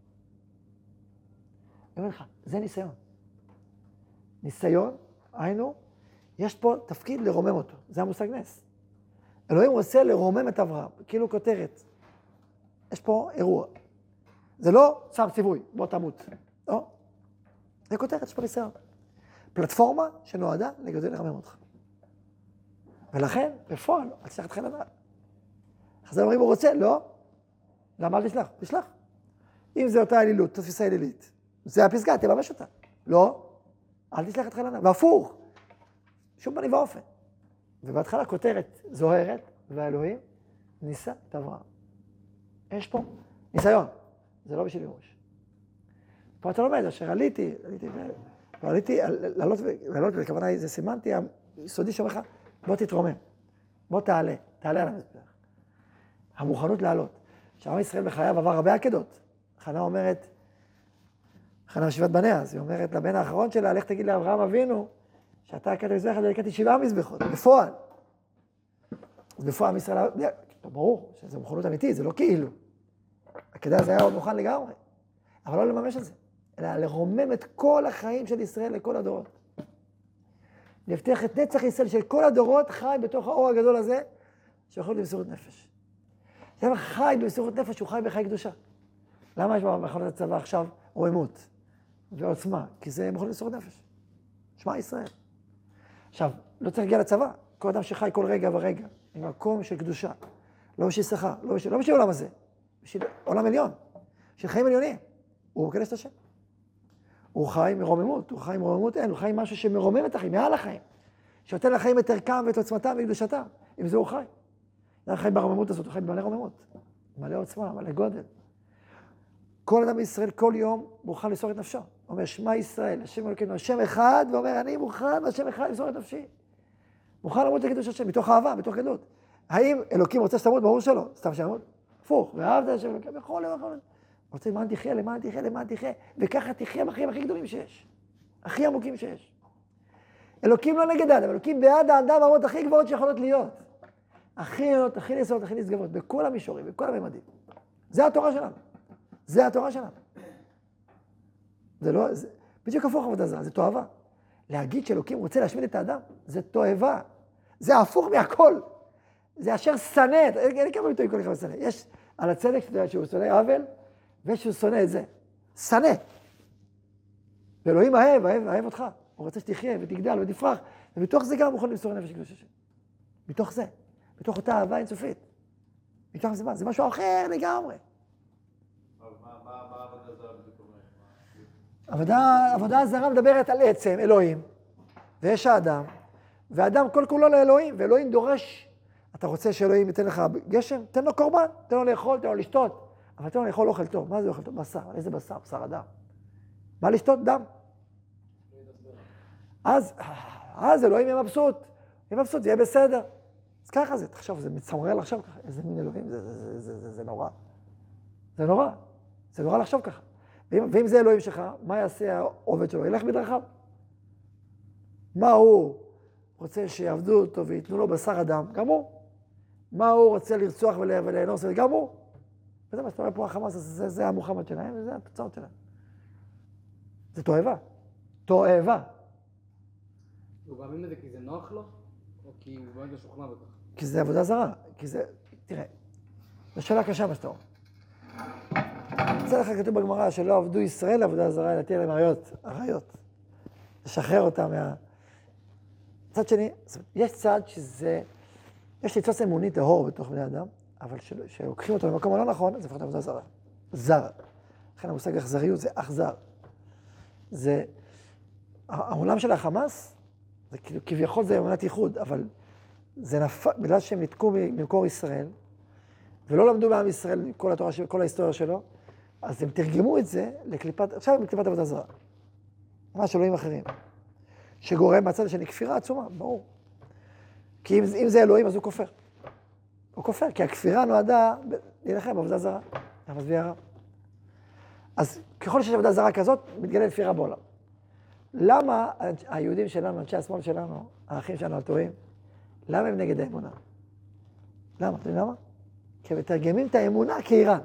אני אומר לך, זה ניסיון. ניסיון, היינו, יש פה תפקיד לרומם אותו. זה המושג נס. אלוהים רוצה לרומם את אברהם, כאילו כותרת. יש פה אירוע. זה לא שם ציווי, בוא תמות. לא. זה כותרת, יש פה ניסיון. פלטפורמה שנועדה לגדול לרמם אותך. ולכן, בפועל, אל תשלח את חיל הנעל. אז אומרים, הוא רוצה? לא. למה אל תשלח? תשלח. אם זה אותה אלילות, תפיסה אלילית, זה הפסגה, תממש אותה. לא. אל תשלח את חיל הנעל. והפוך. שום פנים ואופן. ובהתחלה כותרת זוהרת, והאלוהים ניסה את אברהם. יש פה ניסיון, זה לא בשביל מימוש. פה אתה לומד, אשר עליתי, עליתי, עליתי, לעלות, לעלות, בכוונה זה סימנתי, היסודי שאומר לך, בוא תתרומם, בוא תעלה, תעלה על המזבח. המוכנות לעלות. שעם ישראל בחייו עבר הרבה עקדות. חנה אומרת, חנה שבעת בניה, אז היא אומרת לבן האחרון שלה, לך תגיד לאברהם אבינו, שאתה הקטע מזבח, אני הקטעתי שבעה מזבחות, בפועל. אז בפועל עם ישראל, ברור שזו מוכנות אמיתית, זה לא כאילו. הקטע הזה היה עוד מוכן לגמרי, אבל לא לממש את זה, אלא לרומם את כל החיים של ישראל לכל הדורות. להבטיח את נצח ישראל של כל הדורות חי בתוך האור הגדול הזה, שיכול במסירות נפש. זה חי במסירות נפש, הוא חי בחיי קדושה. למה יש במכונות הצבא עכשיו רוממות ועוצמה? כי זה מכונות במסירות נפש. שמע ישראל. עכשיו, לא צריך להגיע לצבא. כל אדם שחי כל רגע ורגע, עם מקום של קדושה. לא בשביל שכר, לא בשביל, לא בשביל עולם הזה. בשביל עולם עליון. בשביל חיים עליונים. הוא מקדש את השם. הוא חי מרוממות, הוא חי מרוממות אין, הוא חי משהו שמרומם את החיים, מעל החיים. שנותן לחיים את ערכם ואת עוצמתם וקדושתם. עם זה הוא חי. הוא חי ברוממות הזאת, הוא חי במלא רוממות. מלא עוצמה, מלא גודל. כל אדם בישראל כל יום מוכן למסור את נפשו. הוא אומר, שמע ישראל, השם אלוקינו, השם אחד, ואומר, אני מוכן, השם אחד למסור את נפשי. מוכן למות לקדוש השם, מתוך אהבה, מתוך גדלות. האם אלוקים רוצה שתמות? ברור שלא. סתם שימות? הפוך, ואהבת השם אלוקים, בכל יום, בכל יום. רוצה למען תחיה, למען תחיה, למען תחיה, וככה תחיה בחיים הכי גדולים שיש. הכי עמוקים שיש. אלוקים לא נגד האדם, אלוקים בעד האדם הרמות הכי גבוהות שיכולות להיות. הכי נאות, הכי נסות, הכי נשגבות, בכל המישורים, בכל הממדים. זה התורה שלנו. זה התורה שלנו. זה לא, זה, בדיוק הפוך עבודה זרה, זה תועבה. להגיד שאלוקים רוצה להשמיד את האדם, זה תועבה. זה הפוך מהכל. זה אשר שנא, אין כמה ביטוי כל אחד שנא. יש על הצדק שהוא שונא עוול, ושהוא שונא את זה. שנא. ואלוהים אהב, אהב, אהב אותך. הוא רוצה שתחיה ותגדל ותפרח, ומתוך זה גם הוא יכול למסור נפש לקדוש השם. מתוך זה. מתוך אותה אהבה אינסופית. מתוך זה מה? זה משהו אחר לגמרי. העבודה הזרה מדברת על עצם, אלוהים, ויש האדם, והאדם כל כולו לאלוהים, ואלוהים דורש, אתה רוצה שאלוהים ייתן לך גשם? תן לו קורבן, תן לו לאכול, תן לו לשתות, אבל תן לו לאכול אוכל טוב. מה זה אוכל טוב? בשר, איזה בשר? בשר אדם. מה לשתות? דם. אז, אז אלוהים יהיה מבסוט, יהיה מבסוט, זה יהיה בסדר. אז ככה זה, תחשוב, זה מצמרר לחשוב ככה, איזה מין אלוהים, זה, זה, זה, זה, זה, זה נורא. זה נורא, זה נורא לחשוב ככה. ואם, ואם זה אלוהים שלך, מה יעשה העובד שלו? ילך בדרכיו. מה הוא רוצה שיעבדו אותו ויתנו לו בשר אדם? גם הוא. מה הוא רוצה לרצוח ולאנוס? גם הוא. וזה מה שאתה רואה פה החמאס, זה, זה המוחמד שלהם, וזה התוצאות שלהם. זה תועבה. תועבה. הוא מאמין לזה כי זה נוח לו? או כי הוא באמת משוכנע בכך? כי זה עבודה זרה. כי זה, תראה, זו שאלה קשה מה שאתה אומר. זה לך כתוב בגמרא שלא עבדו ישראל עבודה זרה, אלא תהיה להם עריות, עריות. לשחרר אותם מה... צד שני, יש צד שזה, יש ליצוץ אמוני טהור בתוך בני אדם, אבל שלוקחים אותו במקום הלא נכון, זה פחות עבודה זרה. זר. לכן המושג אכזריות זה אכזר. זה, העולם של החמאס, זה כאילו, כביכול זה אמונת ייחוד, אבל זה נפל, בגלל שהם נתקו ממקור ישראל, ולא למדו בעם ישראל כל התורה שלו, כל ההיסטוריה שלו, אז הם תרגמו את זה לקליפת, עכשיו לקליפת עבודה זרה. ממש אלוהים אחרים. שגורם מהצד השני כפירה עצומה, ברור. כי אם, אם זה אלוהים, אז הוא כופר. הוא כופר, כי הכפירה נועדה להילחם בעבודה זרה. אתה מסביר הרב? אז ככל שיש עבודה זרה כזאת, מתגלה כפירה בעולם. למה היהודים שלנו, אנשי השמאל שלנו, האחים שלנו הטועים, למה הם נגד האמונה? למה? אתם יודעים למה? כי הם מתרגמים את האמונה כאיראן.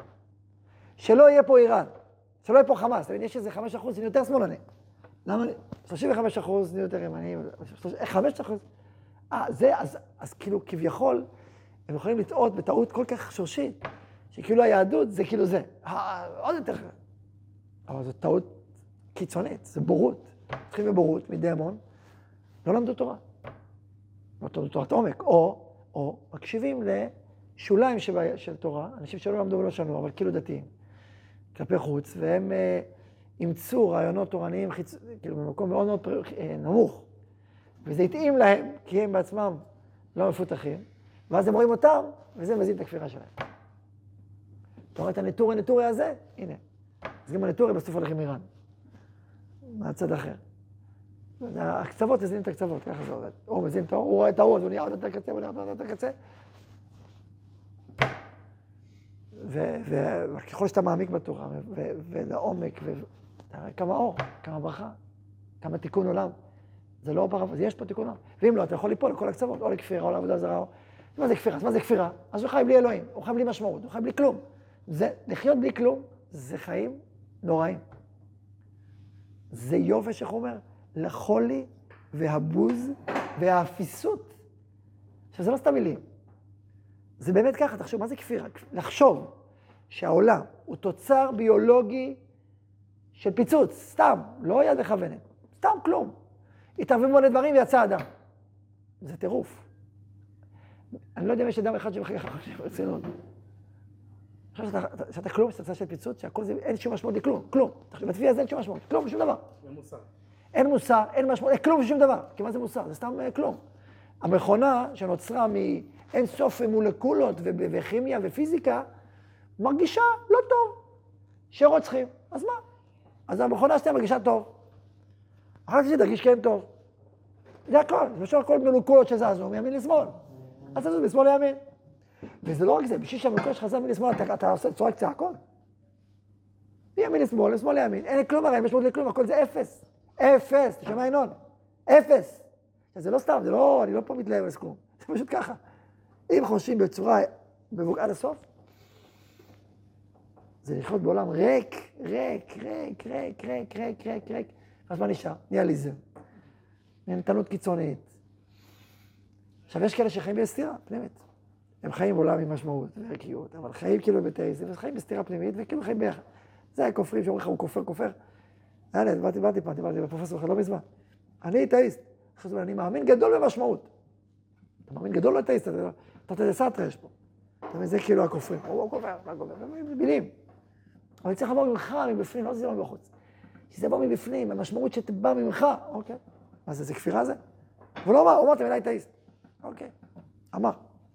שלא יהיה פה איראן, שלא יהיה פה חמאס. יש איזה חמישה אחוז שנהיה יותר שמאלני. למה? שלושים וחמישה אחוז נהיה יותר ימניים, חמישה אחוז. אה, זה, אז, אז כאילו כביכול, הם יכולים לטעות בטעות כל כך שורשית, שכאילו היהדות זה כאילו זה. אה, עוד יותר. אבל זו טעות קיצונית, זה בורות. צריכים בבורות, מדמון, לא למדו תורה. לא למדו תורת עומק, או, או מקשיבים לשוליים שבה, של תורה, אנשים שלא למדו ולא שנו, אבל כאילו דתיים, כלפי חוץ, והם אה, אימצו רעיונות תורניים חיצ... כאילו במקום מאוד מאוד פר... אה, נמוך, וזה התאים להם, כי הם בעצמם לא מפותחים, ואז הם רואים אותם, וזה מזין את הכפירה שלהם. אתה רואה את הנטורי נטורי הזה? הנה. אז גם הנטורי בסוף הולך עם איראן. מהצד אחר. הקצוות מזינים את הקצוות, ככה זה עובד. הוא מזין את האור, הוא רואה את האור, אז הוא נהיה עוד יותר קצה, הוא נהיה עוד יותר קצה. וככל שאתה מעמיק בתורה, ולעומק, ותראה כמה אור, כמה ברכה, כמה תיקון עולם. זה לא ברכה, אז יש פה תיקון עולם. ואם לא, אתה יכול ליפול לכל הקצוות, או לכפירה, או לעבודה זרה, או... מה זה כפירה? אז מה זה כפירה? אז הוא חי בלי אלוהים, הוא חי בלי משמעות, הוא חי בלי כלום. זה, לחיות בלי כלום, זה חיים נוראים. זה יופש, איך הוא אומר? לחולי והבוז והאפיסות. עכשיו, זה לא סתם מילים. זה באמת ככה, תחשוב, מה זה כפירה? לחשוב שהעולם הוא תוצר ביולוגי של פיצוץ, סתם, לא יד מכוונת, סתם כלום. התערבים בו לדברים ויצא אדם. זה טירוף. אני לא יודע אם יש אדם אחד שמחייך ברצינות. עכשיו שאתה, שאתה כלום, שאתה צד של פיצוץ, שהכל זה, אין שום משמעות לכלום, כלום. בתפייה הזה אין שום משמעות, כלום, שום דבר. אין מוסר. אין מוסר, אין משמעות, אין כלום ושום דבר. כי מה זה מוסר? זה סתם כלום. המכונה שנוצרה מאין סוף מולקולות וכימיה ופיזיקה, מרגישה לא טוב, שרוצחים. אז מה? אז המכונה שאתה מרגישה טוב. אחר כך שתרגיש כן טוב. זה הכל, זה משהו הכל מולקולות שזזו מימין לשמאל. אז תזוז משמאל לימין. וזה לא רק זה, בשביל שהמולקולות שלך זז לשמאל, אתה, אתה עושה צורק צעקות. מימין לשמאל, לשמאל לימין. אין כלום הרי, אין משמעות לכלום, הכל זה אפס. אפס, אתה שומע עינון? אפס. זה לא סתם, זה לא, אני לא פה מתלהב על כלום. זה פשוט ככה. אם חושבים בצורה מבוגעת עד הסוף, זה לחיות בעולם ריק, ריק, ריק, ריק, ריק, ריק, ריק, ריק. אז מה נשאר? ניאליזם. נהנתנות קיצונית. עכשיו, יש כאלה שחיים בסתירה פנימית. הם חיים בעולם עם משמעות וערכיות, אבל חיים כאילו בטייזם, וחיים בסתירה פנימית, וכאילו חיים ביחד. זה הכופרים שאומרים לך, הוא כופר, כופר. הנה, באתי, באתי פעם, דיברתי בפרופסור אחד לא מזמן. אני אתאיסט. אני מאמין גדול במשמעות. אתה מאמין גדול לא אתאיסט, אתה תדע סתרה יש פה. אתה מבין, זה כאילו הכופרים. הוא כופר, מה כופר? זה מילים. אבל צריך לבוא ממך, מבפנים, לא זה לא מבחוץ. שזה בא מבפנים, המשמעות שתבא ממך, אוקיי. מה זה, זה כפירה זה? אבל לא אמר, הוא אמר, אתה מדי אתאיסט. אוקיי, אמר.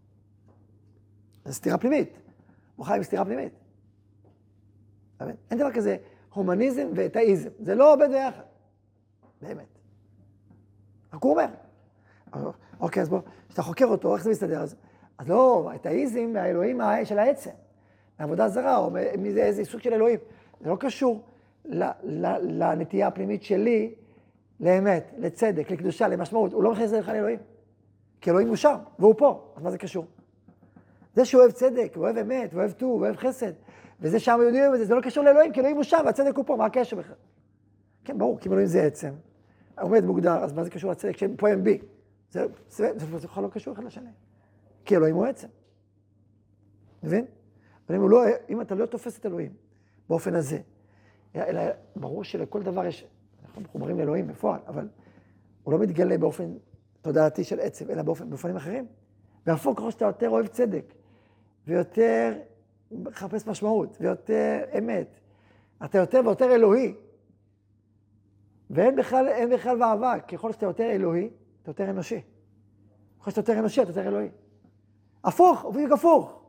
זה סתירה פנימית. הוא חי עם סתירה פנימית. אתה מבין? אין דבר כזה הומניזם ואתאיזם. זה לא עובד ביחד. באמת. רק הוא אומר. אוקיי, אז בוא, כשאתה חוקר אותו, איך זה מסתדר? אז, אז לא, האתאיזם מהאלוהים של העצם, מהעבודה זרה, או מאיזה איזה סוג של אלוהים. זה לא קשור ל, ל, לנטייה הפנימית שלי, לאמת, לצדק, לקדושה, למשמעות. הוא לא מכניס את זה לך לאלוהים. כי אלוהים הוא שם, והוא פה. אז מה זה קשור? זה שהוא אוהב צדק, הוא אוהב אמת, הוא אוהב טוב, הוא אוהב חסד, וזה שהעם היהודי אוהב את זה, זה לא קשור לאלוהים, כי אלוהים הוא שם, והצדק הוא פה, מה הקשר בכלל? כן, ברור, כי אלוהים זה עצם. עומד מוגדר, אז מה זה קשור לצדק? שהם פה הם בי. זה, זה, זה, זה בכלל לא קשור אחד לשני. כי אלוהים הוא עצם. מבין? אבל אם, לא, אם אתה לא תופס את אלוהים באופן הזה, אלא ברור שלכל דבר יש, אנחנו מחוברים לאלוהים בפועל, אבל הוא לא מתגלה באופן תודעתי של עצם, אלא באופן, באופנים אחרים. והפוך, ככל שאתה יותר אוהב צדק, ויותר מחפש משמעות, ויותר אמת, אתה יותר ויותר אלוהי, ואין בכלל, אין בכלל מאבק, ככל שאתה יותר אלוהי, אתה יותר אנושי. ככל שאתה יותר אנושי, אתה יותר אלוהי. הפוך, הוא בדיוק הפוך.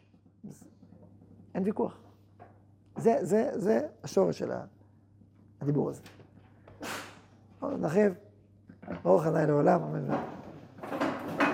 אין ויכוח. זה, זה, זה השורש של הדיבור הזה. נרחיב, ברוך ה' לעולם, אמן ואמן.